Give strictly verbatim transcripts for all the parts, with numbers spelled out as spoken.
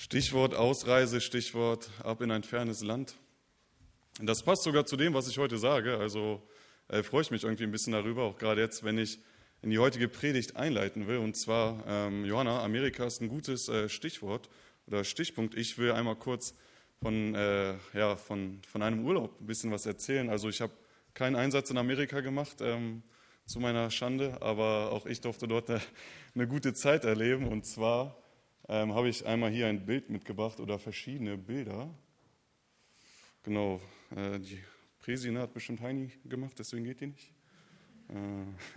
Stichwort Ausreise, Stichwort ab in ein fernes Land. Und das passt sogar zu dem, was ich heute sage. Also äh, freue ich mich irgendwie ein bisschen darüber, auch gerade jetzt, wenn ich in die heutige Predigt einleiten will. Und zwar, ähm, Johanna, Amerika ist ein gutes äh, Stichwort oder Stichpunkt. Ich will einmal kurz von, äh, ja, von, von einem Urlaub ein bisschen was erzählen. Also ich habe keinen Einsatz in Amerika gemacht, ähm, zu meiner Schande, aber auch ich durfte dort eine, eine gute Zeit erleben. Und zwar ähm, habe ich einmal hier ein Bild mitgebracht oder verschiedene Bilder. Genau, äh, die Presina hat bestimmt Heini gemacht, deswegen geht die nicht. Äh,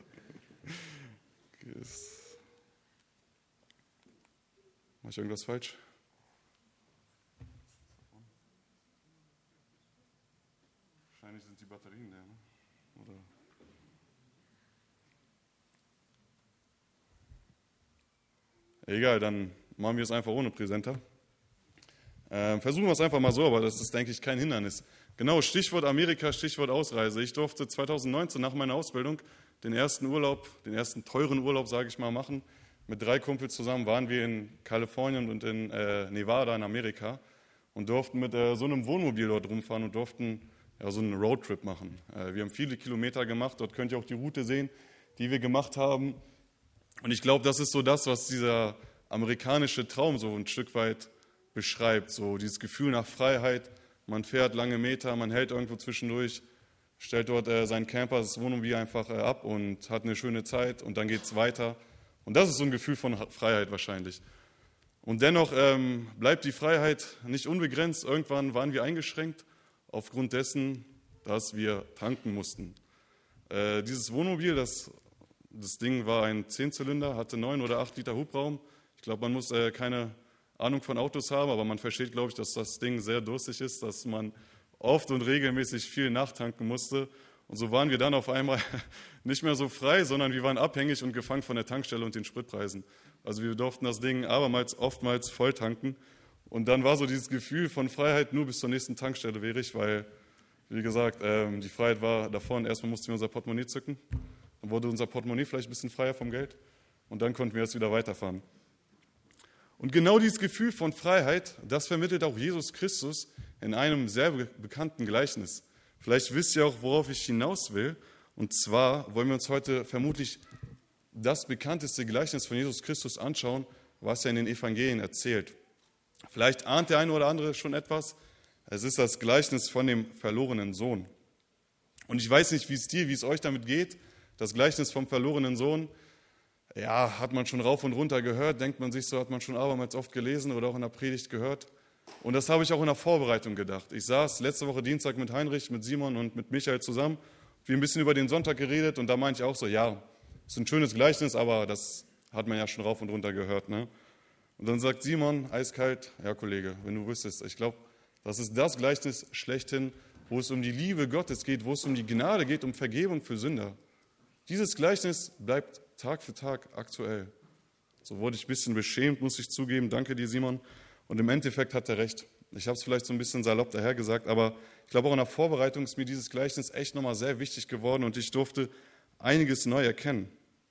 Mache ich irgendwas falsch? Wahrscheinlich sind die Batterien leer, ne? Oder? Egal, dann machen wir es einfach ohne Präsenter. Äh, versuchen wir es einfach mal so, aber das ist, denke ich, kein Hindernis. Genau, Stichwort Amerika, Stichwort Ausreise. Ich durfte zweitausendneunzehn nach meiner Ausbildung den ersten Urlaub, den ersten teuren Urlaub, sage ich mal, machen. Mit drei Kumpels zusammen waren wir in Kalifornien und in äh, Nevada in Amerika und durften mit äh, so einem Wohnmobil dort rumfahren und durften ja, so einen Roadtrip machen. Äh, wir haben viele Kilometer gemacht, dort könnt ihr auch die Route sehen, die wir gemacht haben. Und ich glaube, das ist so das, was dieser amerikanische Traum so ein Stück weit beschreibt. So dieses Gefühl nach Freiheit, man fährt lange Meter, man hält irgendwo zwischendurch, stellt dort äh, seinen Camper, das Wohnmobil einfach äh, ab und hat eine schöne Zeit und dann geht es weiter. Und das ist so ein Gefühl von Freiheit wahrscheinlich. Und dennoch ähm, bleibt die Freiheit nicht unbegrenzt. Irgendwann waren wir eingeschränkt aufgrund dessen, dass wir tanken mussten. Äh, dieses Wohnmobil, das, das Ding war ein Zehnzylinder, hatte neun oder acht Liter Hubraum. Ich glaube, man muss äh, keine Ahnung von Autos haben, aber man versteht, glaube ich, dass das Ding sehr durstig ist, dass man oft und regelmäßig viel nachtanken musste. Und so waren wir dann auf einmal nicht mehr so frei, sondern wir waren abhängig und gefangen von der Tankstelle und den Spritpreisen. Also wir durften das Ding abermals, oftmals voll tanken. Und dann war so dieses Gefühl von Freiheit, nur bis zur nächsten Tankstelle wäre ich, weil, wie gesagt, ähm, die Freiheit war davon, erstmal mussten wir unser Portemonnaie zücken, dann wurde unser Portemonnaie vielleicht ein bisschen freier vom Geld und dann konnten wir jetzt wieder weiterfahren. Und genau dieses Gefühl von Freiheit, das vermittelt auch Jesus Christus in einem sehr bekannten Gleichnis. Vielleicht wisst ihr auch, worauf ich hinaus will. Und zwar wollen wir uns heute vermutlich das bekannteste Gleichnis von Jesus Christus anschauen, was er in den Evangelien erzählt. Vielleicht ahnt der eine oder andere schon etwas. Es ist das Gleichnis von dem verlorenen Sohn. Und ich weiß nicht, wie es dir, wie es euch damit geht. Das Gleichnis vom verlorenen Sohn, ja, hat man schon rauf und runter gehört, denkt man sich so, hat man schon abermals oft gelesen oder auch in der Predigt gehört. Und das habe ich auch in der Vorbereitung gedacht. Ich saß letzte Woche Dienstag mit Heinrich, mit Simon und mit Michael zusammen. Wir haben ein bisschen über den Sonntag geredet und da meinte ich auch so, ja, das ist ein schönes Gleichnis, aber das hat man ja schon rauf und runter gehört. Ne? Und dann sagt Simon, eiskalt, ja Kollege, wenn du wüsstest, ich glaube, das ist das Gleichnis schlechthin, wo es um die Liebe Gottes geht, wo es um die Gnade geht, um Vergebung für Sünder. Dieses Gleichnis bleibt Tag für Tag aktuell. So wurde ich ein bisschen beschämt, muss ich zugeben. Danke dir, Simon. Und im Endeffekt hat er recht. Ich habe es vielleicht so ein bisschen salopp daher gesagt, aber ich glaube auch in der Vorbereitung ist mir dieses Gleichnis echt nochmal sehr wichtig geworden und ich durfte einiges neu erkennen.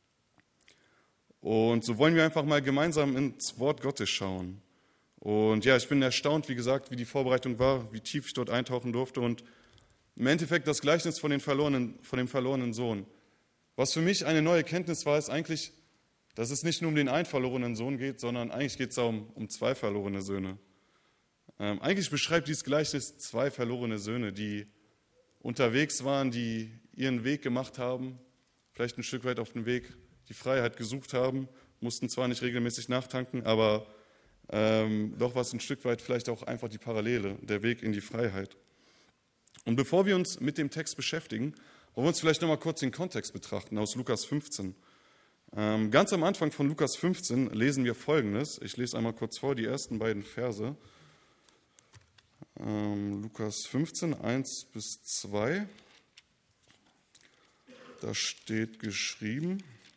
Und so wollen wir einfach mal gemeinsam ins Wort Gottes schauen. Und ja, ich bin erstaunt, wie gesagt, wie die Vorbereitung war, wie tief ich dort eintauchen durfte und im Endeffekt das Gleichnis von, den verlorenen, von dem verlorenen Sohn. Was für mich eine neue Erkenntnis war, ist eigentlich, dass es nicht nur um den einen verlorenen Sohn geht, sondern eigentlich geht es um, um zwei verlorene Söhne. Ähm, eigentlich beschreibt dieses Gleichnis zwei verlorene Söhne, die unterwegs waren, die ihren Weg gemacht haben, vielleicht ein Stück weit auf dem Weg die Freiheit gesucht haben, mussten zwar nicht regelmäßig nachtanken, aber ähm, doch war es ein Stück weit vielleicht auch einfach die Parallele, der Weg in die Freiheit. Und bevor wir uns mit dem Text beschäftigen, wollen wir uns vielleicht nochmal kurz den Kontext betrachten aus Lukas fünfzehn. Ähm, ganz am Anfang von Lukas fünfzehn lesen wir Folgendes. Ich lese einmal kurz vor, die ersten beiden Verse. Ähm, Lukas fünfzehn, eins bis zwei. Da steht geschrieben: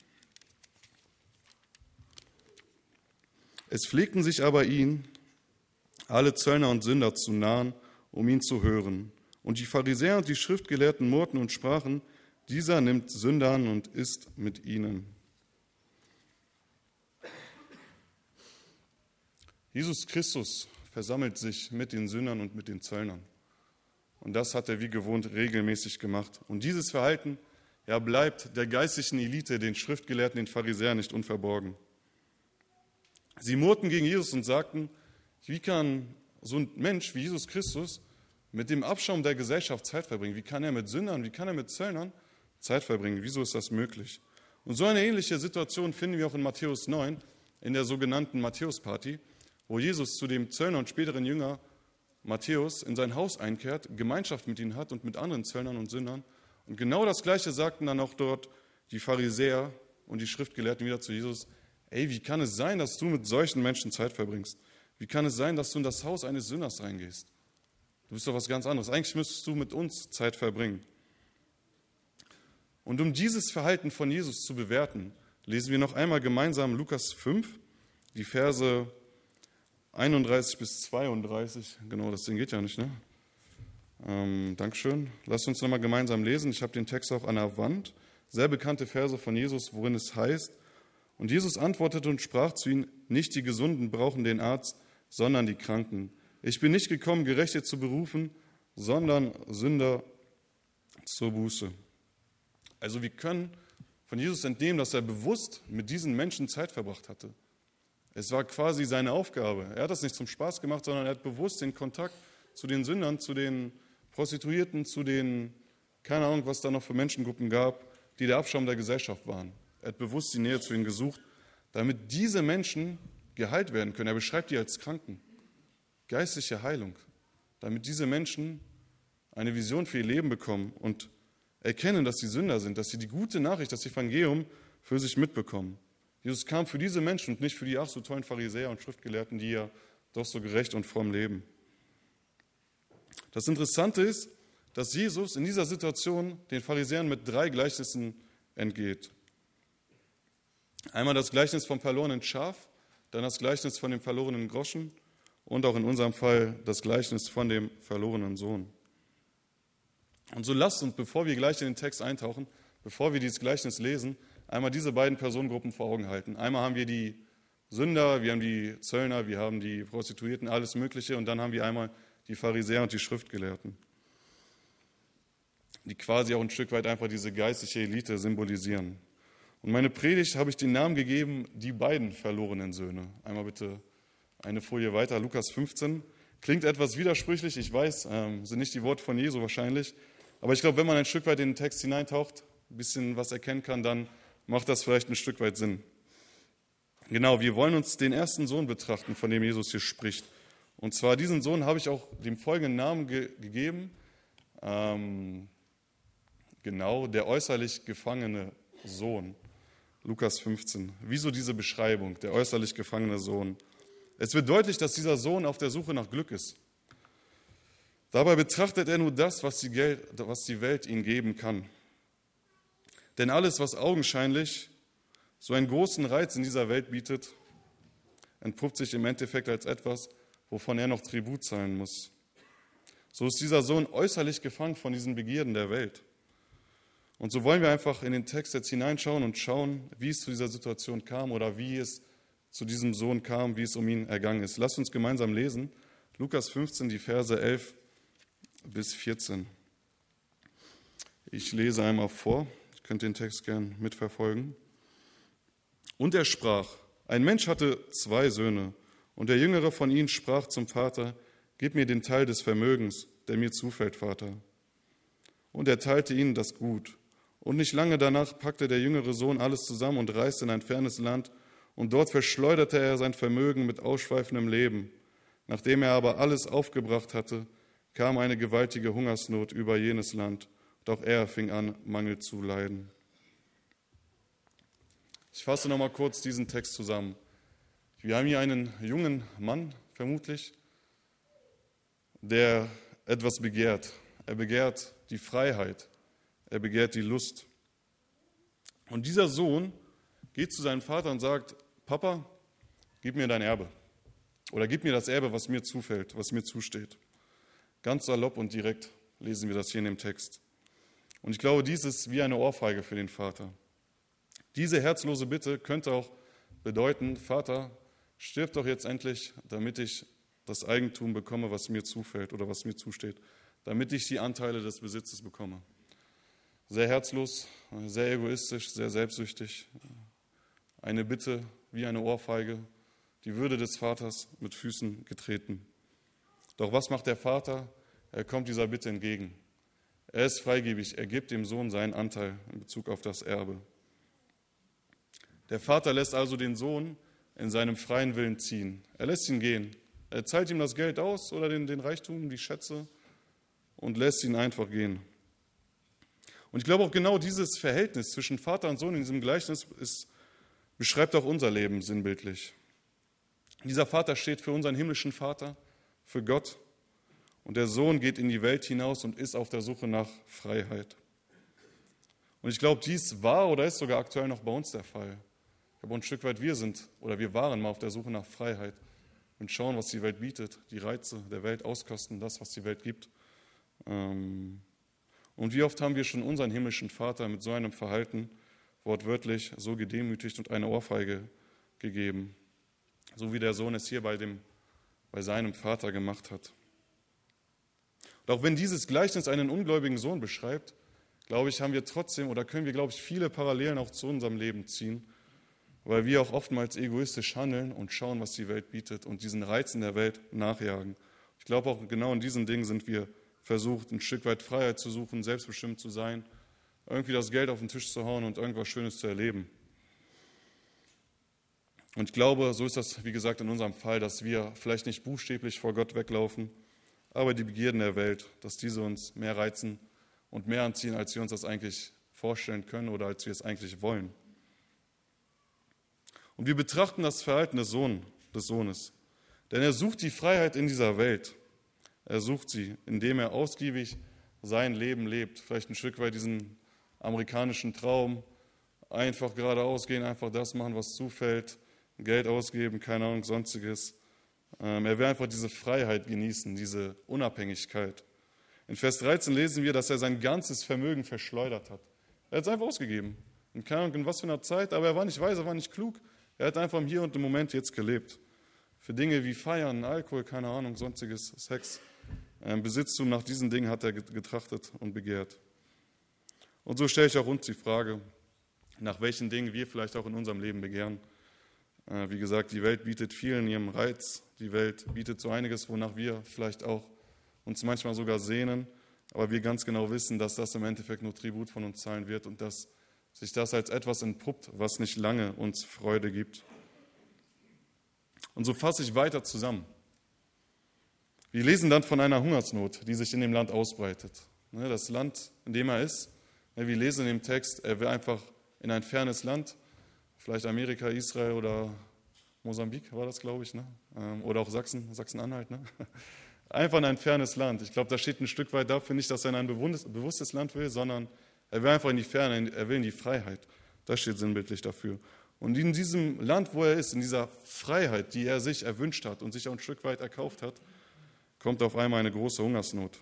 Es pflegten sich aber ihn, alle Zöllner und Sünder zu nahen, um ihn zu hören. Und die Pharisäer und die Schriftgelehrten murrten und sprachen, dieser nimmt Sündern und isst mit ihnen. Jesus Christus versammelt sich mit den Sündern und mit den Zöllnern. Und das hat er wie gewohnt regelmäßig gemacht. Und dieses Verhalten ja, bleibt der geistlichen Elite, den Schriftgelehrten, den Pharisäern nicht unverborgen. Sie murrten gegen Jesus und sagten, wie kann so ein Mensch wie Jesus Christus mit dem Abschaum der Gesellschaft Zeit verbringen? Wie kann er mit Sündern, wie kann er mit Zöllnern Zeit verbringen? Wieso ist das möglich? Und so eine ähnliche Situation finden wir auch in Matthäus neun, in der sogenannten Matthäus-Party, wo Jesus zu dem Zöllner und späteren Jünger Matthäus in sein Haus einkehrt, Gemeinschaft mit ihnen hat und mit anderen Zöllnern und Sündern. Und genau das Gleiche sagten dann auch dort die Pharisäer und die Schriftgelehrten wieder zu Jesus. Ey, wie kann es sein, dass du mit solchen Menschen Zeit verbringst? Wie kann es sein, dass du in das Haus eines Sünders reingehst? Du bist doch was ganz anderes. Eigentlich müsstest du mit uns Zeit verbringen. Und um dieses Verhalten von Jesus zu bewerten, lesen wir noch einmal gemeinsam Lukas fünf, die Verse einunddreißig bis zweiunddreißig. Genau, das Ding geht ja nicht, ne? Ähm, Dankeschön. Lasst uns nochmal gemeinsam lesen. Ich habe den Text auch an der Wand. Sehr bekannte Verse von Jesus, worin es heißt, und Jesus antwortete und sprach zu ihnen, nicht die Gesunden brauchen den Arzt, sondern die Kranken. Ich bin nicht gekommen, Gerechte zu berufen, sondern Sünder zur Buße. Also wir können von Jesus entnehmen, dass er bewusst mit diesen Menschen Zeit verbracht hatte. Es war quasi seine Aufgabe. Er hat das nicht zum Spaß gemacht, sondern er hat bewusst den Kontakt zu den Sündern, zu den Prostituierten, zu den, keine Ahnung, was da noch für Menschengruppen gab, die der Abschaum der Gesellschaft waren. Er hat bewusst die Nähe zu ihnen gesucht, damit diese Menschen geheilt werden können. Er beschreibt die als Kranken. Geistliche Heilung. Damit diese Menschen eine Vision für ihr Leben bekommen und erkennen, dass sie Sünder sind, dass sie die gute Nachricht, das Evangelium für sich mitbekommen. Jesus kam für diese Menschen und nicht für die ach so tollen Pharisäer und Schriftgelehrten, die ja doch so gerecht und fromm leben. Das Interessante ist, dass Jesus in dieser Situation den Pharisäern mit drei Gleichnissen entgeht. Einmal das Gleichnis vom verlorenen Schaf, dann das Gleichnis von dem verlorenen Groschen und auch in unserem Fall das Gleichnis von dem verlorenen Sohn. Und so lasst uns, bevor wir gleich in den Text eintauchen, bevor wir dieses Gleichnis lesen, einmal diese beiden Personengruppen vor Augen halten. Einmal haben wir die Sünder, wir haben die Zöllner, wir haben die Prostituierten, alles Mögliche, und dann haben wir einmal die Pharisäer und die Schriftgelehrten, die quasi auch ein Stück weit einfach diese geistliche Elite symbolisieren. Und meine Predigt habe ich den Namen gegeben, die beiden verlorenen Söhne. Einmal bitte eine Folie weiter, Lukas fünfzehn. Klingt etwas widersprüchlich, ich weiß, ähm, sind nicht die Worte von Jesu wahrscheinlich, aber ich glaube, wenn man ein Stück weit in den Text hineintaucht, ein bisschen was erkennen kann, dann macht das vielleicht ein Stück weit Sinn. Genau, wir wollen uns den ersten Sohn betrachten, von dem Jesus hier spricht. Und zwar diesen Sohn habe ich auch dem folgenden Namen ge- gegeben, ähm, genau, der äußerlich gefangene Sohn. Lukas fünfzehn. Wieso diese Beschreibung, der äußerlich gefangene Sohn? Es wird deutlich, dass dieser Sohn auf der Suche nach Glück ist. Dabei betrachtet er nur das, was die, Geld, was die Welt ihm geben kann. Denn alles, was augenscheinlich so einen großen Reiz in dieser Welt bietet, entpuppt sich im Endeffekt als etwas, wovon er noch Tribut zahlen muss. So ist dieser Sohn äußerlich gefangen von diesen Begierden der Welt. Und so wollen wir einfach in den Text jetzt hineinschauen und schauen, wie es zu dieser Situation kam oder wie es zu diesem Sohn kam, wie es um ihn ergangen ist. Lasst uns gemeinsam lesen. Lukas fünfzehn, die Verse elf bis vierzehn. Ich lese einmal vor. Ihr könnt den Text gern mitverfolgen. Und er sprach, ein Mensch hatte zwei Söhne, und der jüngere von ihnen sprach zum Vater, gib mir den Teil des Vermögens, der mir zufällt, Vater. Und er teilte ihnen das Gut. Und nicht lange danach packte der jüngere Sohn alles zusammen und reiste in ein fernes Land, und dort verschleuderte er sein Vermögen mit ausschweifendem Leben. Nachdem er aber alles aufgebracht hatte, kam eine gewaltige Hungersnot über jenes Land, und auch er fing an, Mangel zu leiden. Ich fasse nochmal kurz diesen Text zusammen. Wir haben hier einen jungen Mann, vermutlich, der etwas begehrt. Er begehrt die Freiheit, er begehrt die Lust. Und dieser Sohn geht zu seinem Vater und sagt, Papa, gib mir dein Erbe. Oder gib mir das Erbe, was mir zufällt, was mir zusteht. Ganz salopp und direkt lesen wir das hier in dem Text. Und ich glaube, dies ist wie eine Ohrfeige für den Vater. Diese herzlose Bitte könnte auch bedeuten, Vater, stirb doch jetzt endlich, damit ich das Eigentum bekomme, was mir zufällt oder was mir zusteht, damit ich die Anteile des Besitzes bekomme. Sehr herzlos, sehr egoistisch, sehr selbstsüchtig. Eine Bitte wie eine Ohrfeige, die Würde des Vaters mit Füßen getreten. Doch was macht der Vater? Er kommt dieser Bitte entgegen. Er ist freigebig, er gibt dem Sohn seinen Anteil in Bezug auf das Erbe. Der Vater lässt also den Sohn in seinem freien Willen ziehen. Er lässt ihn gehen. Er zahlt ihm das Geld aus oder den, den Reichtum, die Schätze und lässt ihn einfach gehen. Und ich glaube auch genau dieses Verhältnis zwischen Vater und Sohn in diesem Gleichnis ist, beschreibt auch unser Leben sinnbildlich. Dieser Vater steht für unseren himmlischen Vater, für Gott. Und der Sohn geht in die Welt hinaus und ist auf der Suche nach Freiheit. Und ich glaube, dies war oder ist sogar aktuell noch bei uns der Fall. Ich glaube, ein Stück weit wir sind oder wir waren mal auf der Suche nach Freiheit und schauen, was die Welt bietet, die Reize der Welt auskosten, das, was die Welt gibt. Und wie oft haben wir schon unseren himmlischen Vater mit so einem Verhalten wortwörtlich so gedemütigt und eine Ohrfeige gegeben, so wie der Sohn es hier bei, dem, bei seinem Vater gemacht hat. Und auch wenn dieses Gleichnis einen ungläubigen Sohn beschreibt, glaube ich, haben wir trotzdem oder können wir, glaube ich, viele Parallelen auch zu unserem Leben ziehen, weil wir auch oftmals egoistisch handeln und schauen, was die Welt bietet und diesen Reizen der Welt nachjagen. Ich glaube, auch genau in diesen Dingen sind wir versucht, ein Stück weit Freiheit zu suchen, selbstbestimmt zu sein, irgendwie das Geld auf den Tisch zu hauen und irgendwas Schönes zu erleben. Und ich glaube, so ist das, wie gesagt, in unserem Fall, dass wir vielleicht nicht buchstäblich vor Gott weglaufen, aber die Begierden der Welt, dass diese uns mehr reizen und mehr anziehen, als wir uns das eigentlich vorstellen können oder als wir es eigentlich wollen. Und wir betrachten das Verhalten des, Sohn, des Sohnes, denn er sucht die Freiheit in dieser Welt. Er sucht sie, indem er ausgiebig sein Leben lebt, vielleicht ein Stück weit diesen amerikanischen Traum, einfach geradeaus gehen, einfach das machen, was zufällt, Geld ausgeben, keine Ahnung, sonstiges. Ähm, er will einfach diese Freiheit genießen, diese Unabhängigkeit. In Vers dreizehn lesen wir, dass er sein ganzes Vermögen verschleudert hat. Er hat es einfach ausgegeben. Und keine Ahnung, in was für einer Zeit, aber er war nicht weise, er war nicht klug. Er hat einfach im Hier und im Moment jetzt gelebt. Für Dinge wie Feiern, Alkohol, keine Ahnung, sonstiges, Sex, ähm, Besitztum, nach diesen Dingen hat er getrachtet und begehrt. Und so stelle ich auch uns die Frage, nach welchen Dingen wir vielleicht auch in unserem Leben begehren. Äh, wie gesagt, die Welt bietet viel in ihrem Reiz. Die Welt bietet so einiges, wonach wir vielleicht auch uns manchmal sogar sehnen, aber wir ganz genau wissen, dass das im Endeffekt nur Tribut von uns zahlen wird und dass sich das als etwas entpuppt, was nicht lange uns Freude gibt. Und so fasse ich weiter zusammen. Wir lesen dann von einer Hungersnot, die sich in dem Land ausbreitet. Das Land, in dem er ist, wir lesen in dem Text, er will einfach in ein fernes Land, vielleicht Amerika, Israel oder Mosambik war das, glaube ich, ne? Oder auch Sachsen, Sachsen-Anhalt. Ne? Einfach in ein fernes Land. Ich glaube, da steht ein Stück weit dafür nicht, dass er in ein bewusstes Land will, sondern er will einfach in die Ferne, er will in die Freiheit. Das steht sinnbildlich dafür. Und in diesem Land, wo er ist, in dieser Freiheit, die er sich erwünscht hat und sich auch ein Stück weit erkauft hat, kommt auf einmal eine große Hungersnot.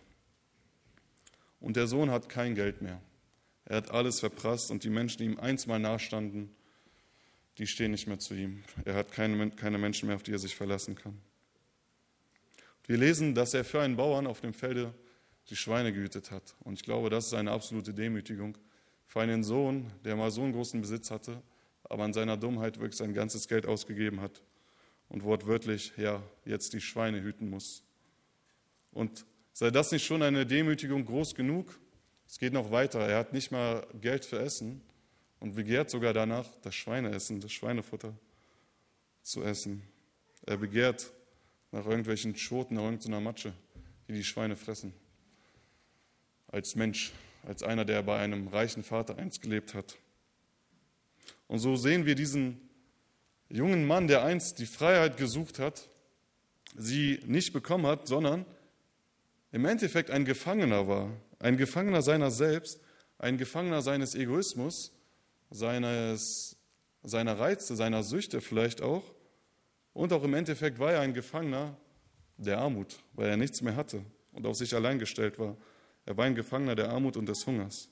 Und der Sohn hat kein Geld mehr. Er hat alles verprasst und die Menschen, die ihm einstmal nahestanden, die stehen nicht mehr zu ihm. Er hat keine, keine Menschen mehr, auf die er sich verlassen kann. Wir lesen, dass er für einen Bauern auf dem Felde die Schweine gehütet hat. Und ich glaube, das ist eine absolute Demütigung für einen Sohn, der mal so einen großen Besitz hatte, aber an seiner Dummheit wirklich sein ganzes Geld ausgegeben hat und wortwörtlich, ja, jetzt die Schweine hüten muss. Und sei das nicht schon eine Demütigung groß genug? Es geht noch weiter. Er hat nicht mal Geld für Essen und begehrt sogar danach, das Schweineessen, das Schweinefutter zu essen. Er begehrt nach irgendwelchen Schoten, nach irgendeiner Matsche, die die Schweine fressen. Als Mensch, als einer, der bei einem reichen Vater einst gelebt hat. Und so sehen wir diesen jungen Mann, der einst die Freiheit gesucht hat, sie nicht bekommen hat, sondern im Endeffekt ein Gefangener war. Ein Gefangener seiner selbst, ein Gefangener seines Egoismus, seines, seiner Reize, seiner Süchte vielleicht auch. Und auch im Endeffekt war er ein Gefangener der Armut, weil er nichts mehr hatte und auf sich allein gestellt war. Er war ein Gefangener der Armut und des Hungers.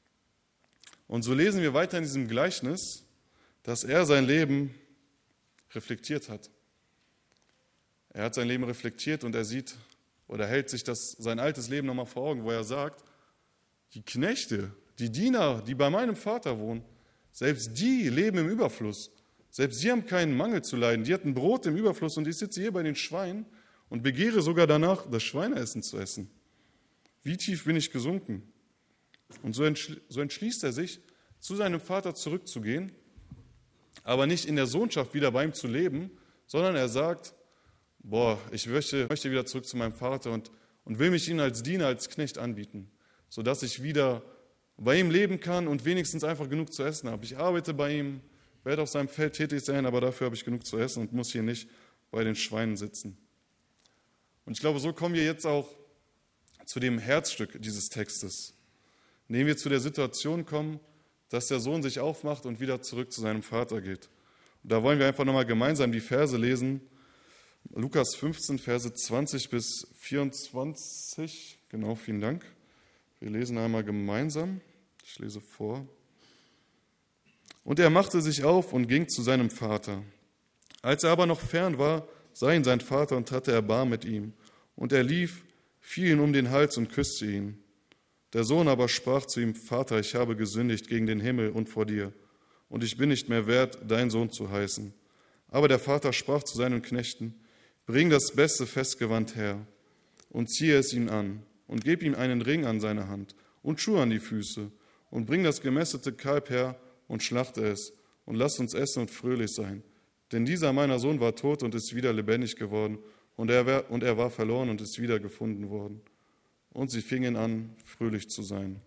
Und so lesen wir weiter in diesem Gleichnis, dass er sein Leben reflektiert hat. Er hat sein Leben reflektiert und er sieht oder hält sich das, sein altes Leben nochmal vor Augen, wo er sagt, die Knechte, die Diener, die bei meinem Vater wohnen, selbst die leben im Überfluss. Selbst sie haben keinen Mangel zu leiden. Die hatten Brot im Überfluss und ich sitze hier bei den Schweinen und begehre sogar danach, das Schweineessen zu essen. Wie tief bin ich gesunken? Und so entschließt er sich, zu seinem Vater zurückzugehen, aber nicht in der Sohnschaft wieder bei ihm zu leben, sondern er sagt, boah, ich möchte, möchte wieder zurück zu meinem Vater und, und will mich ihm als Diener, als Knecht anbieten, sodass ich wieder bei ihm leben kann und wenigstens einfach genug zu essen habe. Ich arbeite bei ihm, werde auf seinem Feld tätig sein, aber dafür habe ich genug zu essen und muss hier nicht bei den Schweinen sitzen. Und ich glaube, so kommen wir jetzt auch zu dem Herzstück dieses Textes, indem wir zu der Situation kommen, dass der Sohn sich aufmacht und wieder zurück zu seinem Vater geht. Und da wollen wir einfach nochmal gemeinsam die Verse lesen. Lukas fünfzehn, Verse zwanzig bis vierundzwanzig. Genau, vielen Dank. Wir lesen einmal gemeinsam. Ich lese vor. Und er machte sich auf und ging zu seinem Vater. Als er aber noch fern war, sah ihn sein Vater und hatte Erbarmen mit ihm. Und er lief, fiel ihm um den Hals und küsste ihn. Der Sohn aber sprach zu ihm, Vater, ich habe gesündigt gegen den Himmel und vor dir, und ich bin nicht mehr wert, dein Sohn zu heißen. Aber der Vater sprach zu seinen Knechten, bring das beste Festgewand her und ziehe es ihm an und gib ihm einen Ring an seine Hand und Schuhe an die Füße und bring das gemästete Kalb her und schlachte es und lass uns essen und fröhlich sein. Denn dieser meiner Sohn war tot und ist wieder lebendig geworden und er war, und er war verloren und ist wieder gefunden worden. Und sie fingen an, fröhlich zu sein.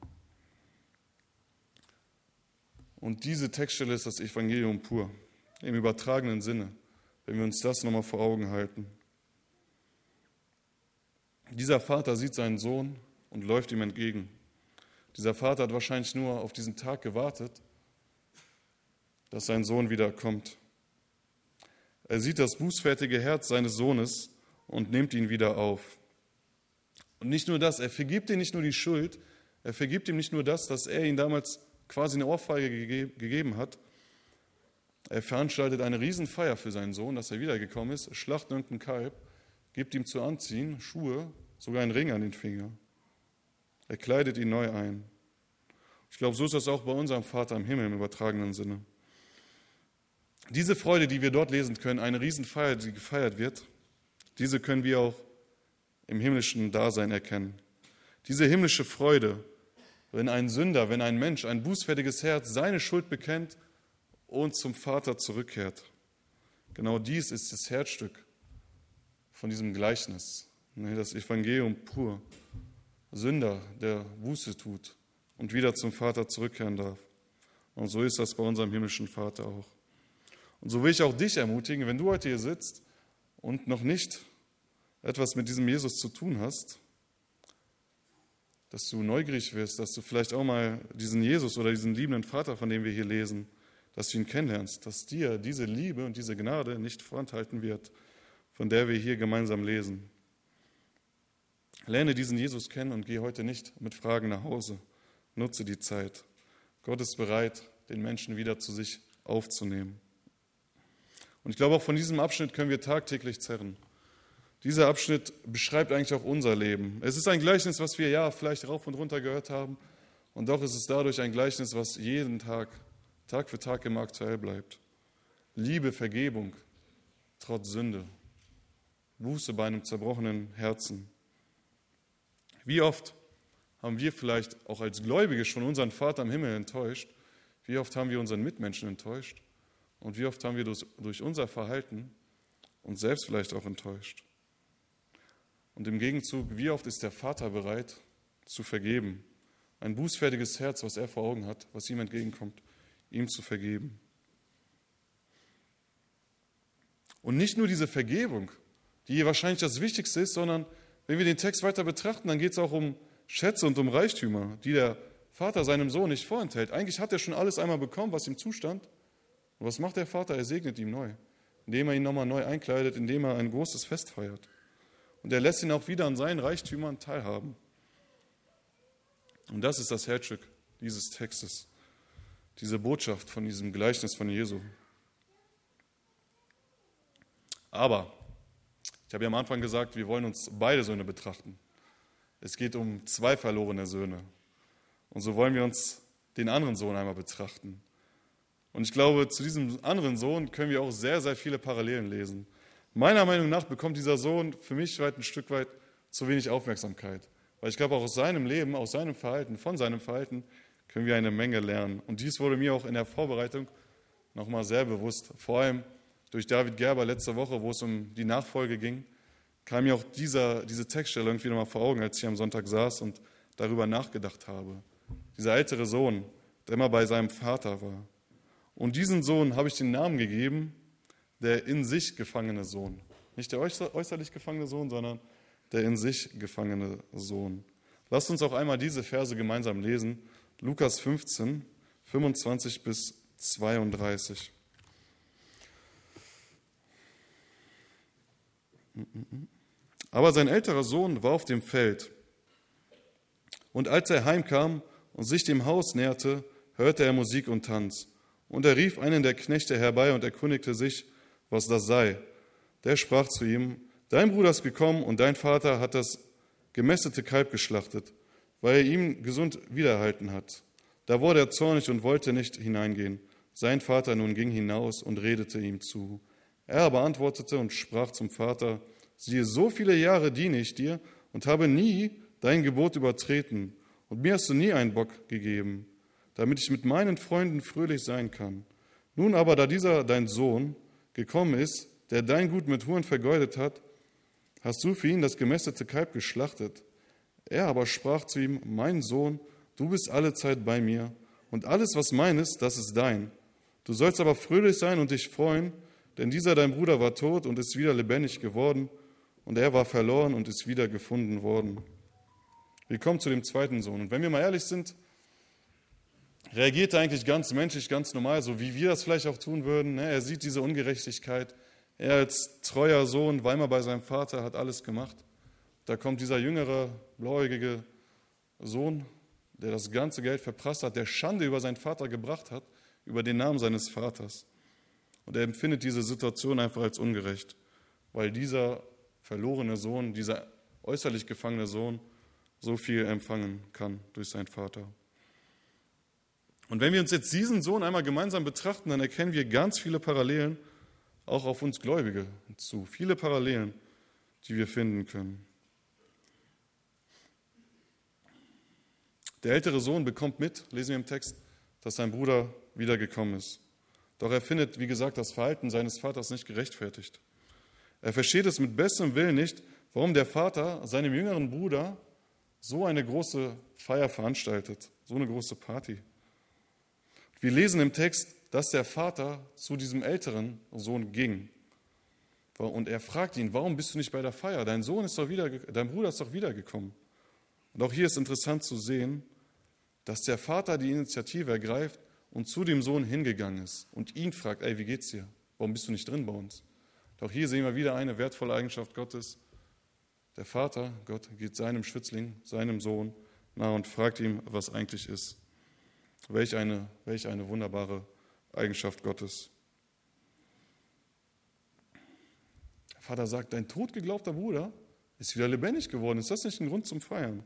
Und diese Textstelle ist das Evangelium pur, im übertragenen Sinne, wenn wir uns das nochmal vor Augen halten. Dieser Vater sieht seinen Sohn und läuft ihm entgegen. Dieser Vater hat wahrscheinlich nur auf diesen Tag gewartet, dass sein Sohn wieder kommt. Er sieht das bußfertige Herz seines Sohnes und nimmt ihn wieder auf. Und nicht nur das, er vergibt ihm nicht nur die Schuld, er vergibt ihm nicht nur das, dass er ihm damals quasi eine Ohrfeige gegeben hat. Er veranstaltet eine Riesenfeier für seinen Sohn, dass er wiedergekommen ist, schlachtet irgendein Kalb, gibt ihm zu anziehen, Schuhe, sogar einen Ring an den Finger. Er kleidet ihn neu ein. Ich glaube, so ist das auch bei unserem Vater im Himmel im übertragenen Sinne. Diese Freude, die wir dort lesen können, eine Riesenfeier, die gefeiert wird, diese können wir auch im himmlischen Dasein erkennen. Diese himmlische Freude, wenn ein Sünder, wenn ein Mensch, ein bußfertiges Herz seine Schuld bekennt und zum Vater zurückkehrt. Genau dies ist das Herzstück von diesem Gleichnis, das Evangelium pur. Sünder, der Buße tut und wieder zum Vater zurückkehren darf. Und so ist das bei unserem himmlischen Vater auch. Und so will ich auch dich ermutigen, wenn du heute hier sitzt und noch nicht etwas mit diesem Jesus zu tun hast, dass du neugierig wirst, dass du vielleicht auch mal diesen Jesus oder diesen liebenden Vater, von dem wir hier lesen, dass du ihn kennenlernst, dass dir diese Liebe und diese Gnade nicht vorenthalten wird, von der wir hier gemeinsam lesen. Lerne diesen Jesus kennen und geh heute nicht mit Fragen nach Hause. Nutze die Zeit. Gott ist bereit, den Menschen wieder zu sich aufzunehmen. Und ich glaube, auch von diesem Abschnitt können wir tagtäglich zerren. Dieser Abschnitt beschreibt eigentlich auch unser Leben. Es ist ein Gleichnis, was wir ja vielleicht rauf und runter gehört haben. Und doch ist es dadurch ein Gleichnis, was jeden Tag, Tag für Tag immer aktuell bleibt. Liebe, Vergebung, trotz Sünde. Buße bei einem zerbrochenen Herzen. Wie oft haben wir vielleicht auch als Gläubige schon unseren Vater im Himmel enttäuscht? Wie oft haben wir unseren Mitmenschen enttäuscht? Und wie oft haben wir durch, durch unser Verhalten uns selbst vielleicht auch enttäuscht? Und im Gegenzug, wie oft ist der Vater bereit zu vergeben? Ein bußfertiges Herz, was er vor Augen hat, was ihm entgegenkommt, ihm zu vergeben. Und nicht nur diese Vergebung, die hier wahrscheinlich das Wichtigste ist, sondern wenn wir den Text weiter betrachten, dann geht es auch um Schätze und um Reichtümer, die der Vater seinem Sohn nicht vorenthält. Eigentlich hat er schon alles einmal bekommen, was ihm zustand. Und was macht der Vater? Er segnet ihm neu, indem er ihn nochmal neu einkleidet, indem er ein großes Fest feiert. Und er lässt ihn auch wieder an seinen Reichtümern teilhaben. Und das ist das Herzstück dieses Textes, diese Botschaft von diesem Gleichnis von Jesu. Aber, ich habe ja am Anfang gesagt, wir wollen uns beide Söhne betrachten. Es geht um zwei verlorene Söhne. Und so wollen wir uns den anderen Sohn einmal betrachten. Und ich glaube, zu diesem anderen Sohn können wir auch sehr, sehr viele Parallelen lesen. Meiner Meinung nach bekommt dieser Sohn für mich weit ein Stück weit zu wenig Aufmerksamkeit. Weil ich glaube, auch aus seinem Leben, aus seinem Verhalten, von seinem Verhalten können wir eine Menge lernen. Und dies wurde mir auch in der Vorbereitung nochmal sehr bewusst. Vor allem durch David Gerber letzte Woche, wo es um die Nachfolge ging, kam mir auch dieser, diese Textstelle irgendwie nochmal vor Augen, als ich am Sonntag saß und darüber nachgedacht habe. Dieser ältere Sohn, der immer bei seinem Vater war. Und diesen Sohn habe ich den Namen gegeben, der in sich gefangene Sohn. Nicht der äußerlich gefangene Sohn, sondern der in sich gefangene Sohn. Lasst uns auch einmal diese Verse gemeinsam lesen. Lukas fünfzehn, fünfundzwanzig bis zweiunddreißig. Aber sein älterer Sohn war auf dem Feld. Und als er heimkam und sich dem Haus näherte, hörte er Musik und Tanz. Und er rief einen der Knechte herbei und erkundigte sich, was das sei. Der sprach zu ihm: Dein Bruder ist gekommen und dein Vater hat das gemästete Kalb geschlachtet, weil er ihm gesund wiedererhalten hat. Da wurde er zornig und wollte nicht hineingehen. Sein Vater nun ging hinaus und redete ihm zu. Er aber antwortete und sprach zum Vater: Siehe, so viele Jahre diene ich dir und habe nie dein Gebot übertreten, und mir hast du nie einen Bock gegeben, damit ich mit meinen Freunden fröhlich sein kann. Nun aber, da dieser dein Sohn gekommen ist, der dein Gut mit Huren vergeudet hat, hast du für ihn das gemästete Kalb geschlachtet. Er aber sprach zu ihm: Mein Sohn, du bist alle Zeit bei mir, und alles, was mein ist, das ist dein. Du sollst aber fröhlich sein und dich freuen, denn dieser dein Bruder war tot und ist wieder lebendig geworden, und er war verloren und ist wieder gefunden worden. Wir kommen zu dem zweiten Sohn. Und wenn wir mal ehrlich sind, reagiert er eigentlich ganz menschlich, ganz normal, so wie wir das vielleicht auch tun würden. Er sieht diese Ungerechtigkeit. Er als treuer Sohn war immer bei seinem Vater, hat alles gemacht. Da kommt dieser jüngere, blauäugige Sohn, der das ganze Geld verprasst hat, der Schande über seinen Vater gebracht hat, über den Namen seines Vaters. Und er empfindet diese Situation einfach als ungerecht, weil dieser verlorene Sohn, dieser äußerlich gefangene Sohn so viel empfangen kann durch seinen Vater. Und wenn wir uns jetzt diesen Sohn einmal gemeinsam betrachten, dann erkennen wir ganz viele Parallelen auch auf uns Gläubige zu. Viele Parallelen, die wir finden können. Der ältere Sohn bekommt mit, lesen wir im Text, dass sein Bruder wiedergekommen ist. Doch er findet, wie gesagt, das Verhalten seines Vaters nicht gerechtfertigt. Er versteht es mit bestem Willen nicht, warum der Vater seinem jüngeren Bruder so eine große Feier veranstaltet, so eine große Party. Wir lesen im Text, dass der Vater zu diesem älteren Sohn ging. Und er fragt ihn: Warum bist du nicht bei der Feier? Dein Sohn ist doch wieder, dein Bruder ist doch wiedergekommen. Und auch hier ist interessant zu sehen, dass der Vater die Initiative ergreift und zu dem Sohn hingegangen ist und ihn fragt: Ey, wie geht's dir? Warum bist du nicht drin bei uns? Doch hier sehen wir wieder eine wertvolle Eigenschaft Gottes. Der Vater, Gott, geht seinem Schützling, seinem Sohn nach und fragt ihn, was eigentlich ist. Welch eine, welch eine wunderbare Eigenschaft Gottes. Der Vater sagt: Dein totgeglaubter Bruder ist wieder lebendig geworden. Ist das nicht ein Grund zum Feiern?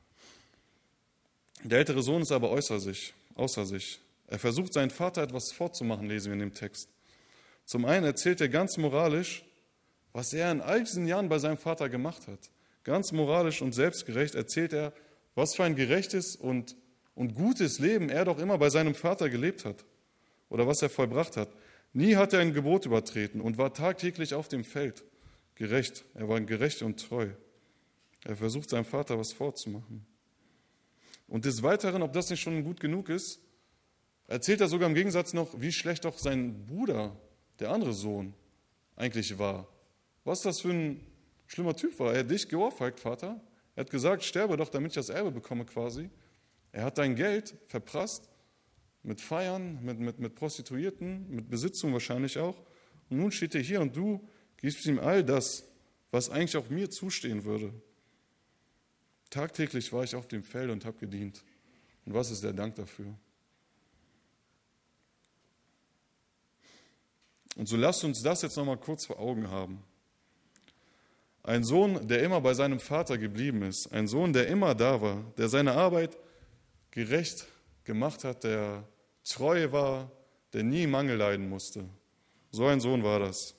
Der ältere Sohn ist aber außer sich, außer sich. Er versucht, seinen Vater etwas vorzumachen, lesen wir in dem Text. Zum einen erzählt er ganz moralisch, was er in all diesen Jahren bei seinem Vater gemacht hat. Ganz moralisch und selbstgerecht erzählt er, was für ein gerechtes und, und gutes Leben er doch immer bei seinem Vater gelebt hat oder was er vollbracht hat. Nie hat er ein Gebot übertreten und war tagtäglich auf dem Feld gerecht. Er war gerecht und treu. Er versucht, seinem Vater was vorzumachen. Und des Weiteren, ob das nicht schon gut genug ist, erzählt er sogar im Gegensatz noch, wie schlecht doch sein Bruder, der andere Sohn, eigentlich war. Was das für ein schlimmer Typ war. Er hat dich geohrfeigt, Vater. Er hat gesagt: Sterbe doch, damit ich das Erbe bekomme quasi. Er hat dein Geld verprasst, mit Feiern, mit, mit, mit Prostituierten, mit Besitzung wahrscheinlich auch. Und nun steht er hier und du gibst ihm all das, was eigentlich auch mir zustehen würde. Tagtäglich war ich auf dem Feld und habe gedient. Und was ist der Dank dafür? Und so lasst uns das jetzt nochmal kurz vor Augen haben. Ein Sohn, der immer bei seinem Vater geblieben ist, ein Sohn, der immer da war, der seine Arbeit gerecht gemacht hat, der treu war, der nie Mangel leiden musste. So ein Sohn war das.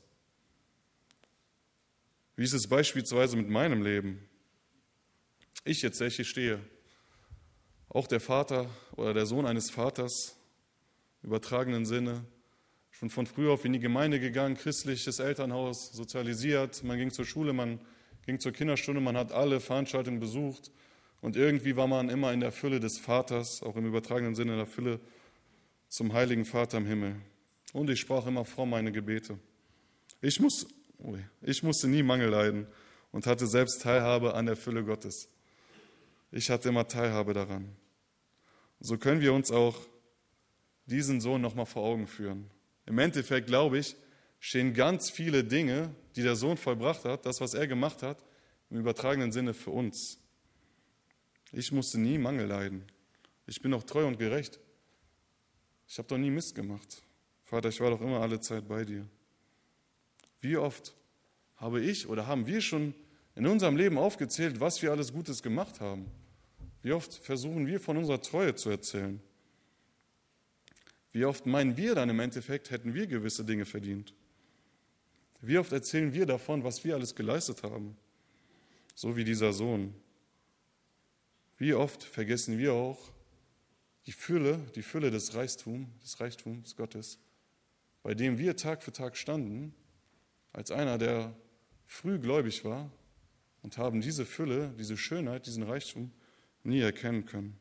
Wie ist es beispielsweise mit meinem Leben? Ich jetzt, der ich hier stehe, auch der Vater oder der Sohn eines Vaters, im übertragenen Sinne, schon von früh auf in die Gemeinde gegangen, christliches Elternhaus, sozialisiert, man ging zur Schule, man ging zur Kinderstunde, man hat alle Veranstaltungen besucht und irgendwie war man immer in der Fülle des Vaters, auch im übertragenen Sinne in der Fülle zum heiligen Vater im Himmel. Und ich sprach immer fromm meine Gebete. Ich, muss, ich musste nie Mangel leiden und hatte selbst Teilhabe an der Fülle Gottes. Ich hatte immer Teilhabe daran. So können wir uns auch diesen Sohn nochmal vor Augen führen. Im Endeffekt, glaube ich, stehen ganz viele Dinge, die der Sohn vollbracht hat, das, was er gemacht hat, im übertragenen Sinne für uns. Ich musste nie Mangel leiden. Ich bin auch treu und gerecht. Ich habe doch nie Mist gemacht. Vater, ich war doch immer alle Zeit bei dir. Wie oft habe ich oder haben wir schon in unserem Leben aufgezählt, was wir alles Gutes gemacht haben? Wie oft versuchen wir von unserer Treue zu erzählen? Wie oft meinen wir dann im Endeffekt, hätten wir gewisse Dinge verdient? Wie oft erzählen wir davon, was wir alles geleistet haben? So wie dieser Sohn. Wie oft vergessen wir auch die Fülle, die Fülle des Reichtums, des Reichtums Gottes, bei dem wir Tag für Tag standen, als einer, der früh gläubig war, und haben diese Fülle, diese Schönheit, diesen Reichtum nie erkennen können.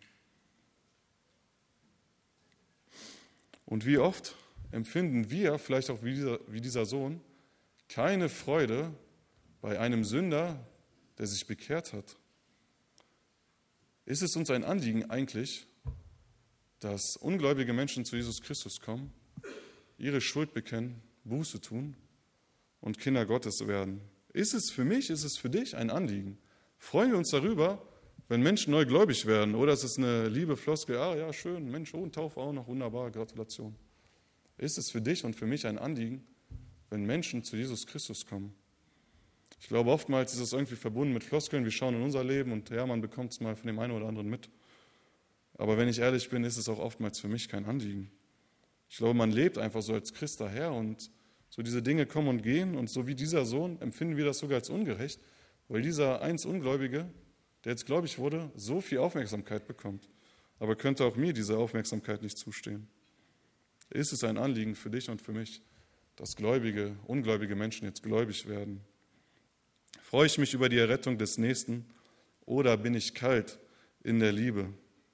Und wie oft empfinden wir, vielleicht auch wie dieser, wie dieser Sohn, keine Freude bei einem Sünder, der sich bekehrt hat? Ist es uns ein Anliegen eigentlich, dass ungläubige Menschen zu Jesus Christus kommen, ihre Schuld bekennen, Buße tun und Kinder Gottes werden? Ist es für mich, ist es für dich ein Anliegen? Freuen wir uns darüber, wenn Menschen neu gläubig werden? Oder ist es eine liebe Floskel, ah ja, schön, Mensch, oh, Taufe auch noch, wunderbar, Gratulation. Ist es für dich und für mich ein Anliegen, wenn Menschen zu Jesus Christus kommen? Ich glaube, oftmals ist es irgendwie verbunden mit Floskeln, wir schauen in unser Leben und ja, man bekommt es mal von dem einen oder anderen mit. Aber wenn ich ehrlich bin, ist es auch oftmals für mich kein Anliegen. Ich glaube, man lebt einfach so als Christ daher und so diese Dinge kommen und gehen und so wie dieser Sohn empfinden wir das sogar als ungerecht, weil dieser einst Ungläubige, der jetzt gläubig wurde, so viel Aufmerksamkeit bekommt. Aber könnte auch mir diese Aufmerksamkeit nicht zustehen? Ist es ein Anliegen für dich und für mich, dass gläubige, ungläubige Menschen jetzt gläubig werden? Freue ich mich über die Errettung des Nächsten oder bin ich kalt in der Liebe?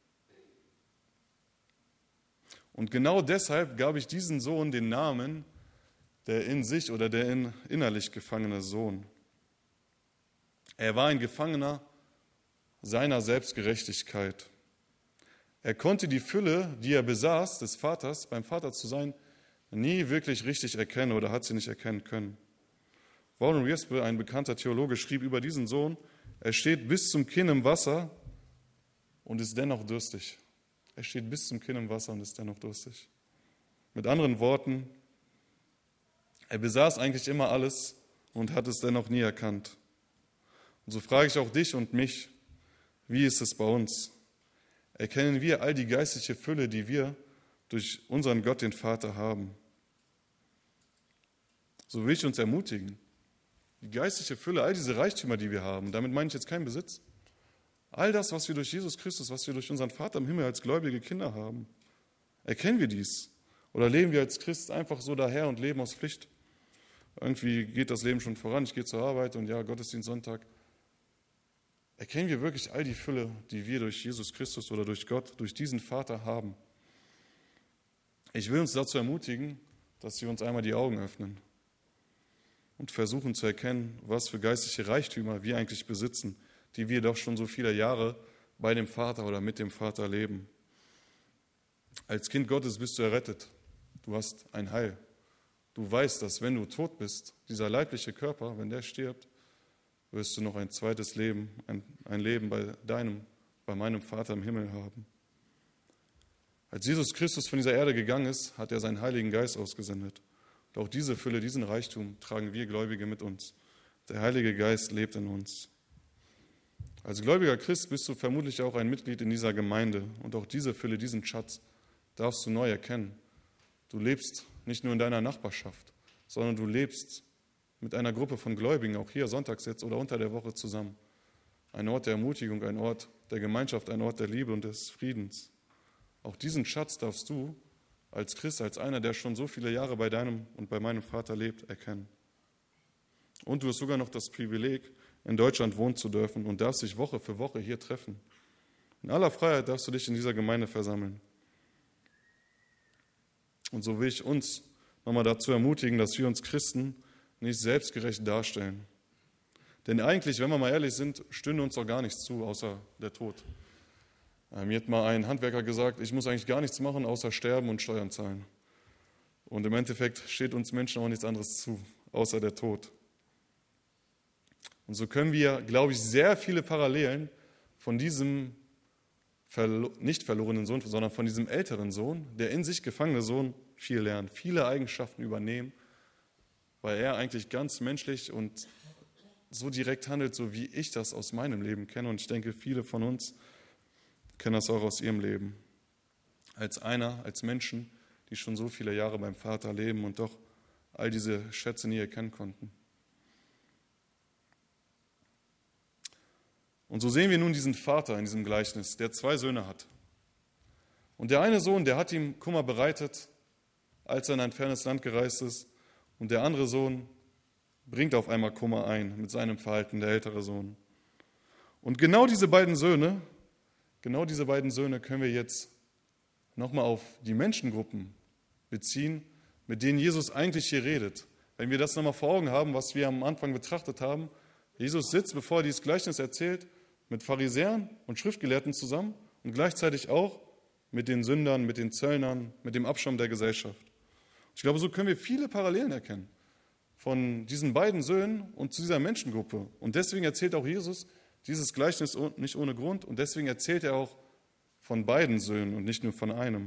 Und genau deshalb gab ich diesem Sohn den Namen, der in sich oder der in innerlich gefangene Sohn. Er war ein Gefangener seiner Selbstgerechtigkeit. Er konnte die Fülle, die er besaß, des Vaters, beim Vater zu sein, nie wirklich richtig erkennen oder hat sie nicht erkennen können. Warren Wiersbe, ein bekannter Theologe, schrieb über diesen Sohn, er steht bis zum Kinn im Wasser und ist dennoch durstig. Er steht bis zum Kinn im Wasser und ist dennoch durstig. Mit anderen Worten, er besaß eigentlich immer alles und hat es dennoch nie erkannt. Und so frage ich auch dich und mich, wie ist es bei uns? Erkennen wir all die geistliche Fülle, die wir durch unseren Gott, den Vater, haben? So will ich uns ermutigen. Die geistliche Fülle, all diese Reichtümer, die wir haben, damit meine ich jetzt keinen Besitz. All das, was wir durch Jesus Christus, was wir durch unseren Vater im Himmel als gläubige Kinder haben, erkennen wir dies? Oder leben wir als Christ einfach so daher und leben aus Pflicht? Irgendwie geht das Leben schon voran, ich gehe zur Arbeit und ja, Gottesdienst Sonntag. Erkennen wir wirklich all die Fülle, die wir durch Jesus Christus oder durch Gott, durch diesen Vater haben? Ich will uns dazu ermutigen, dass wir uns einmal die Augen öffnen und versuchen zu erkennen, was für geistliche Reichtümer wir eigentlich besitzen, die wir doch schon so viele Jahre bei dem Vater oder mit dem Vater leben. Als Kind Gottes bist du errettet. Du hast ein Heil. Du weißt, dass wenn du tot bist, dieser leibliche Körper, wenn der stirbt, wirst du noch ein zweites Leben, ein, ein Leben bei deinem, bei meinem Vater im Himmel haben. Als Jesus Christus von dieser Erde gegangen ist, hat er seinen Heiligen Geist ausgesendet. Doch diese Fülle, diesen Reichtum tragen wir Gläubige mit uns. Der Heilige Geist lebt in uns. Als gläubiger Christ bist du vermutlich auch ein Mitglied in dieser Gemeinde. Und auch diese Fülle, diesen Schatz darfst du neu erkennen. Du lebst nicht nur in deiner Nachbarschaft, sondern du lebst mit einer Gruppe von Gläubigen, auch hier sonntags jetzt oder unter der Woche zusammen. Ein Ort der Ermutigung, ein Ort der Gemeinschaft, ein Ort der Liebe und des Friedens. Auch diesen Schatz darfst du als Christ, als einer, der schon so viele Jahre bei deinem und bei meinem Vater lebt, erkennen. Und du hast sogar noch das Privileg, in Deutschland wohnen zu dürfen und darfst dich Woche für Woche hier treffen. In aller Freiheit darfst du dich in dieser Gemeinde versammeln. Und so will ich uns nochmal dazu ermutigen, dass wir uns Christen nicht selbstgerecht darstellen. Denn eigentlich, wenn wir mal ehrlich sind, stünde uns doch gar nichts zu, außer der Tod. Mir hat mal ein Handwerker gesagt, ich muss eigentlich gar nichts machen, außer sterben und Steuern zahlen. Und im Endeffekt steht uns Menschen auch nichts anderes zu, außer der Tod. Und so können wir, glaube ich, sehr viele Parallelen von diesem nicht verlorenen Sohn, sondern von diesem älteren Sohn, der in sich gefangene Sohn, viel lernen, viele Eigenschaften übernehmen, weil er eigentlich ganz menschlich und so direkt handelt, so wie ich das aus meinem Leben kenne. Und ich denke, viele von uns kennen das auch aus ihrem Leben. Als einer, als Menschen, die schon so viele Jahre beim Vater leben und doch all diese Schätze nie erkennen konnten. Und so sehen wir nun diesen Vater in diesem Gleichnis, der zwei Söhne hat. Und der eine Sohn, der hat ihm Kummer bereitet, als er in ein fernes Land gereist ist. Und der andere Sohn bringt auf einmal Kummer ein mit seinem Verhalten, der ältere Sohn. Und genau diese beiden Söhne, genau diese beiden Söhne können wir jetzt nochmal auf die Menschengruppen beziehen, mit denen Jesus eigentlich hier redet. Wenn wir das nochmal vor Augen haben, was wir am Anfang betrachtet haben, Jesus sitzt, bevor er dieses Gleichnis erzählt, mit Pharisäern und Schriftgelehrten zusammen und gleichzeitig auch mit den Sündern, mit den Zöllnern, mit dem Abschaum der Gesellschaft. Ich glaube, so können wir viele Parallelen erkennen von diesen beiden Söhnen und zu dieser Menschengruppe. Und deswegen erzählt auch Jesus dieses Gleichnis nicht ohne Grund und deswegen erzählt er auch von beiden Söhnen und nicht nur von einem.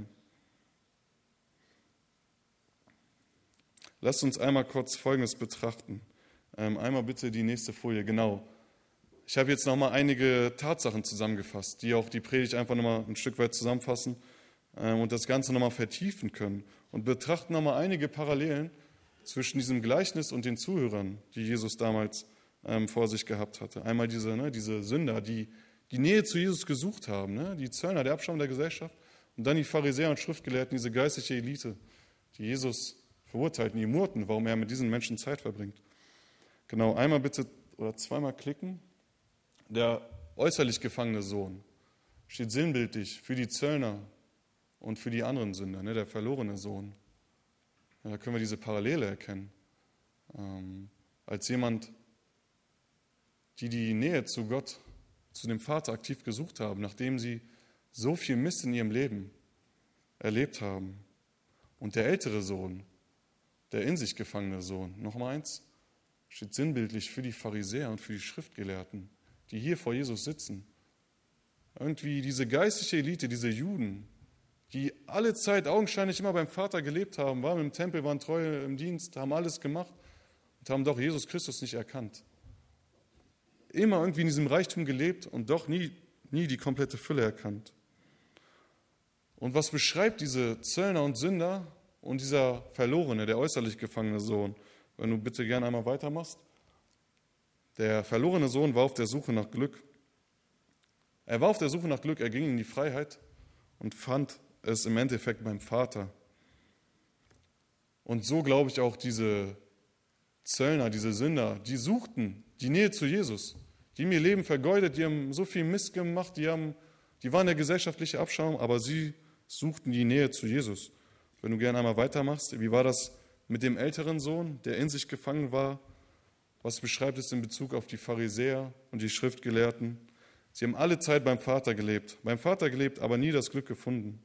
Lasst uns einmal kurz Folgendes betrachten. Einmal bitte die nächste Folie, genau. Ich habe jetzt nochmal einige Tatsachen zusammengefasst, die auch die Predigt einfach nochmal ein Stück weit zusammenfassen und das Ganze nochmal vertiefen können und betrachten nochmal einige Parallelen zwischen diesem Gleichnis und den Zuhörern, die Jesus damals ähm, vor sich gehabt hatte. Einmal diese, ne, diese Sünder, die die Nähe zu Jesus gesucht haben, ne, die Zöllner, der Abschaum der Gesellschaft und dann die Pharisäer und Schriftgelehrten, diese geistliche Elite, die Jesus verurteilten, die murrten, warum er mit diesen Menschen Zeit verbringt. Genau, einmal bitte oder zweimal klicken. Der äußerlich gefangene Sohn steht sinnbildlich für die Zöllner und für die anderen Sünder, ne, der verlorene Sohn. Ja, da können wir diese Parallele erkennen. Ähm, als jemand, die die Nähe zu Gott, zu dem Vater aktiv gesucht haben, nachdem sie so viel Mist in ihrem Leben erlebt haben. Und der ältere Sohn, der in sich gefangene Sohn, nochmal eins, steht sinnbildlich für die Pharisäer und für die Schriftgelehrten, die hier vor Jesus sitzen. Irgendwie diese geistliche Elite, diese Juden, die alle Zeit augenscheinlich immer beim Vater gelebt haben, waren im Tempel, waren treu im Dienst, haben alles gemacht und haben doch Jesus Christus nicht erkannt. Immer irgendwie in diesem Reichtum gelebt und doch nie, nie die komplette Fülle erkannt. Und was beschreibt diese Zöllner und Sünder und dieser Verlorene, der äußerlich gefangene Sohn? Wenn du bitte gerne einmal weitermachst. Der verlorene Sohn war auf der Suche nach Glück. Er war auf der Suche nach Glück, er ging in die Freiheit und fand es im Endeffekt beim Vater. Und so glaube ich auch diese Zöllner, diese Sünder, die suchten die Nähe zu Jesus. Die haben ihr Leben vergeudet, die haben so viel Mist gemacht, die, haben, die waren der gesellschaftliche Abschaum, aber sie suchten die Nähe zu Jesus. Wenn du gerne einmal weitermachst, wie war das mit dem älteren Sohn, der in sich gefangen war? Was beschreibt es in Bezug auf die Pharisäer und die Schriftgelehrten? Sie haben alle Zeit beim Vater gelebt, beim Vater gelebt, aber nie das Glück gefunden.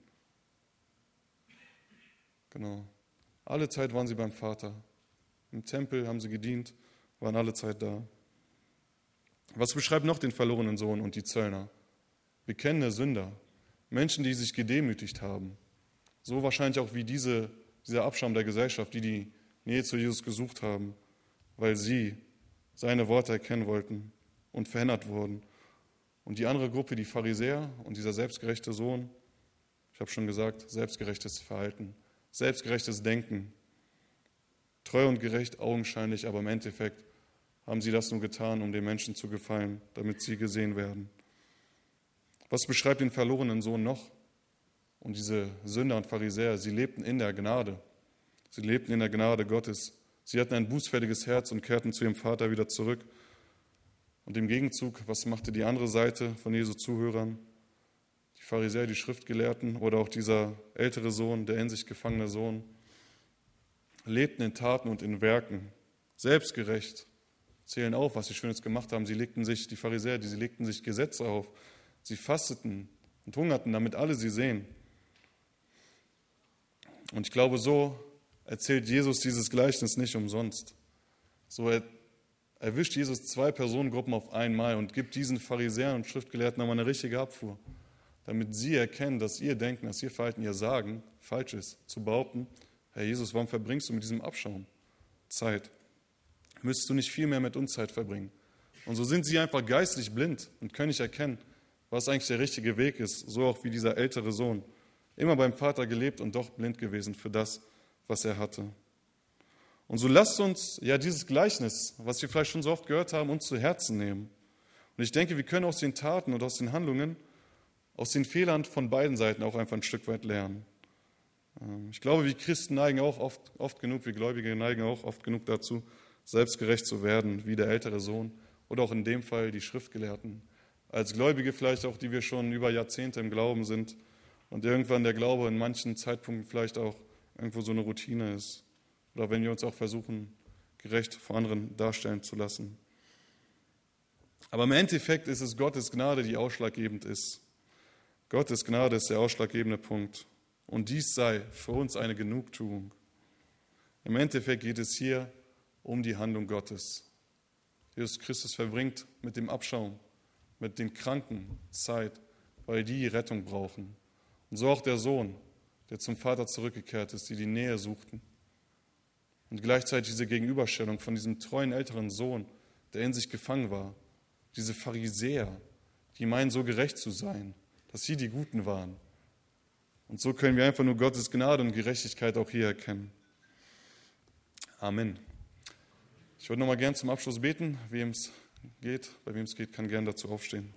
Genau. Alle Zeit waren sie beim Vater. Im Tempel haben sie gedient, waren alle Zeit da. Was beschreibt noch den verlorenen Sohn und die Zöllner? Bekennende Sünder, Menschen, die sich gedemütigt haben. So wahrscheinlich auch wie diese, dieser Abschaum der Gesellschaft, die die Nähe zu Jesus gesucht haben, weil sie seine Worte erkennen wollten und verändert wurden. Und die andere Gruppe, die Pharisäer und dieser selbstgerechte Sohn, ich habe schon gesagt, selbstgerechtes Verhalten, selbstgerechtes Denken, treu und gerecht augenscheinlich, aber im Endeffekt haben sie das nur getan, um den Menschen zu gefallen, damit sie gesehen werden. Was beschreibt den verlorenen Sohn noch? Und diese Sünder und Pharisäer, sie lebten in der Gnade. Sie lebten in der Gnade Gottes. Sie hatten ein bußfertiges Herz und kehrten zu ihrem Vater wieder zurück. Und im Gegenzug, was machte die andere Seite von Jesu Zuhörern? Die Pharisäer, die Schriftgelehrten oder auch dieser ältere Sohn, der in sich gefangene Sohn, lebten in Taten und in Werken, selbstgerecht, zählen auf, was sie Schönes gemacht haben. Sie legten sich, die Pharisäer, die, sie legten sich Gesetze auf. Sie fasteten und hungerten, damit alle sie sehen. Und ich glaube, so erzählt Jesus dieses Gleichnis nicht umsonst. So er, erwischt Jesus zwei Personengruppen auf einmal und gibt diesen Pharisäern und Schriftgelehrten nochmal eine richtige Abfuhr, damit sie erkennen, dass ihr Denken, dass ihr Verhalten, ihr Sagen falsch ist. Zu behaupten, Herr Jesus, warum verbringst du mit diesem Abschaum Zeit? Müsstest du nicht viel mehr mit uns Zeit verbringen? Und so sind sie einfach geistlich blind und können nicht erkennen, was eigentlich der richtige Weg ist, so auch wie dieser ältere Sohn. Immer beim Vater gelebt und doch blind gewesen für das, was er hatte. Und so lasst uns ja dieses Gleichnis, was wir vielleicht schon so oft gehört haben, uns zu Herzen nehmen. Und ich denke, wir können aus den Taten und aus den Handlungen, aus den Fehlern von beiden Seiten auch einfach ein Stück weit lernen. Ich glaube, wir Christen neigen auch oft, oft genug, wir Gläubige neigen auch oft genug dazu, selbstgerecht zu werden, wie der ältere Sohn oder auch in dem Fall die Schriftgelehrten. Als Gläubige vielleicht auch, die wir schon über Jahrzehnte im Glauben sind und irgendwann der Glaube in manchen Zeitpunkten vielleicht auch irgendwo so eine Routine ist. Oder wenn wir uns auch versuchen, gerecht vor anderen darstellen zu lassen. Aber im Endeffekt ist es Gottes Gnade, die ausschlaggebend ist. Gottes Gnade ist der ausschlaggebende Punkt. Und dies sei für uns eine Genugtuung. Im Endeffekt geht es hier um die Handlung Gottes. Jesus Christus verbringt mit dem Abschaum, mit den Kranken Zeit, weil die Rettung brauchen. Und so auch der Sohn, der zum Vater zurückgekehrt ist, die die Nähe suchten. Und gleichzeitig diese Gegenüberstellung von diesem treuen älteren Sohn, der in sich gefangen war. Diese Pharisäer, die meinen, so gerecht zu sein, dass sie die Guten waren. Und so können wir einfach nur Gottes Gnade und Gerechtigkeit auch hier erkennen. Amen. Ich würde nochmal gern zum Abschluss beten. Wem es geht, bei wem es geht, kann gern dazu aufstehen.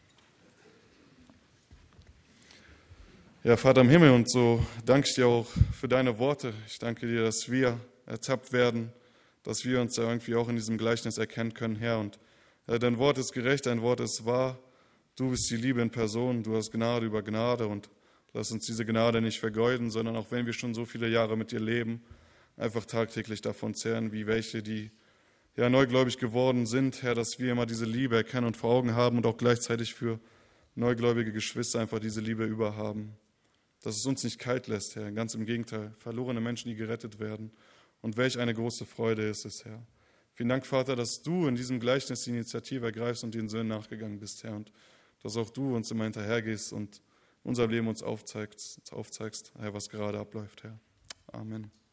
Ja, Vater im Himmel, und so danke ich dir auch für deine Worte. Ich danke dir, dass wir ertappt werden, dass wir uns da irgendwie auch in diesem Gleichnis erkennen können, Herr. Und ja, dein Wort ist gerecht, dein Wort ist wahr. Du bist die Liebe in Person, du hast Gnade über Gnade und lass uns diese Gnade nicht vergeuden, sondern auch wenn wir schon so viele Jahre mit dir leben, einfach tagtäglich davon zehren, wie welche, die ja neugläubig geworden sind, Herr, dass wir immer diese Liebe erkennen und vor Augen haben und auch gleichzeitig für neugläubige Geschwister einfach diese Liebe überhaben. Dass es uns nicht kalt lässt, Herr, ganz im Gegenteil, verlorene Menschen, die gerettet werden. Und welch eine große Freude ist es, Herr. Vielen Dank, Vater, dass du in diesem Gleichnis die Initiative ergreifst und den Söhnen nachgegangen bist, Herr, und dass auch du uns immer hinterhergehst und unser Leben uns aufzeigst, aufzeigst, Herr, was gerade abläuft, Herr. Amen.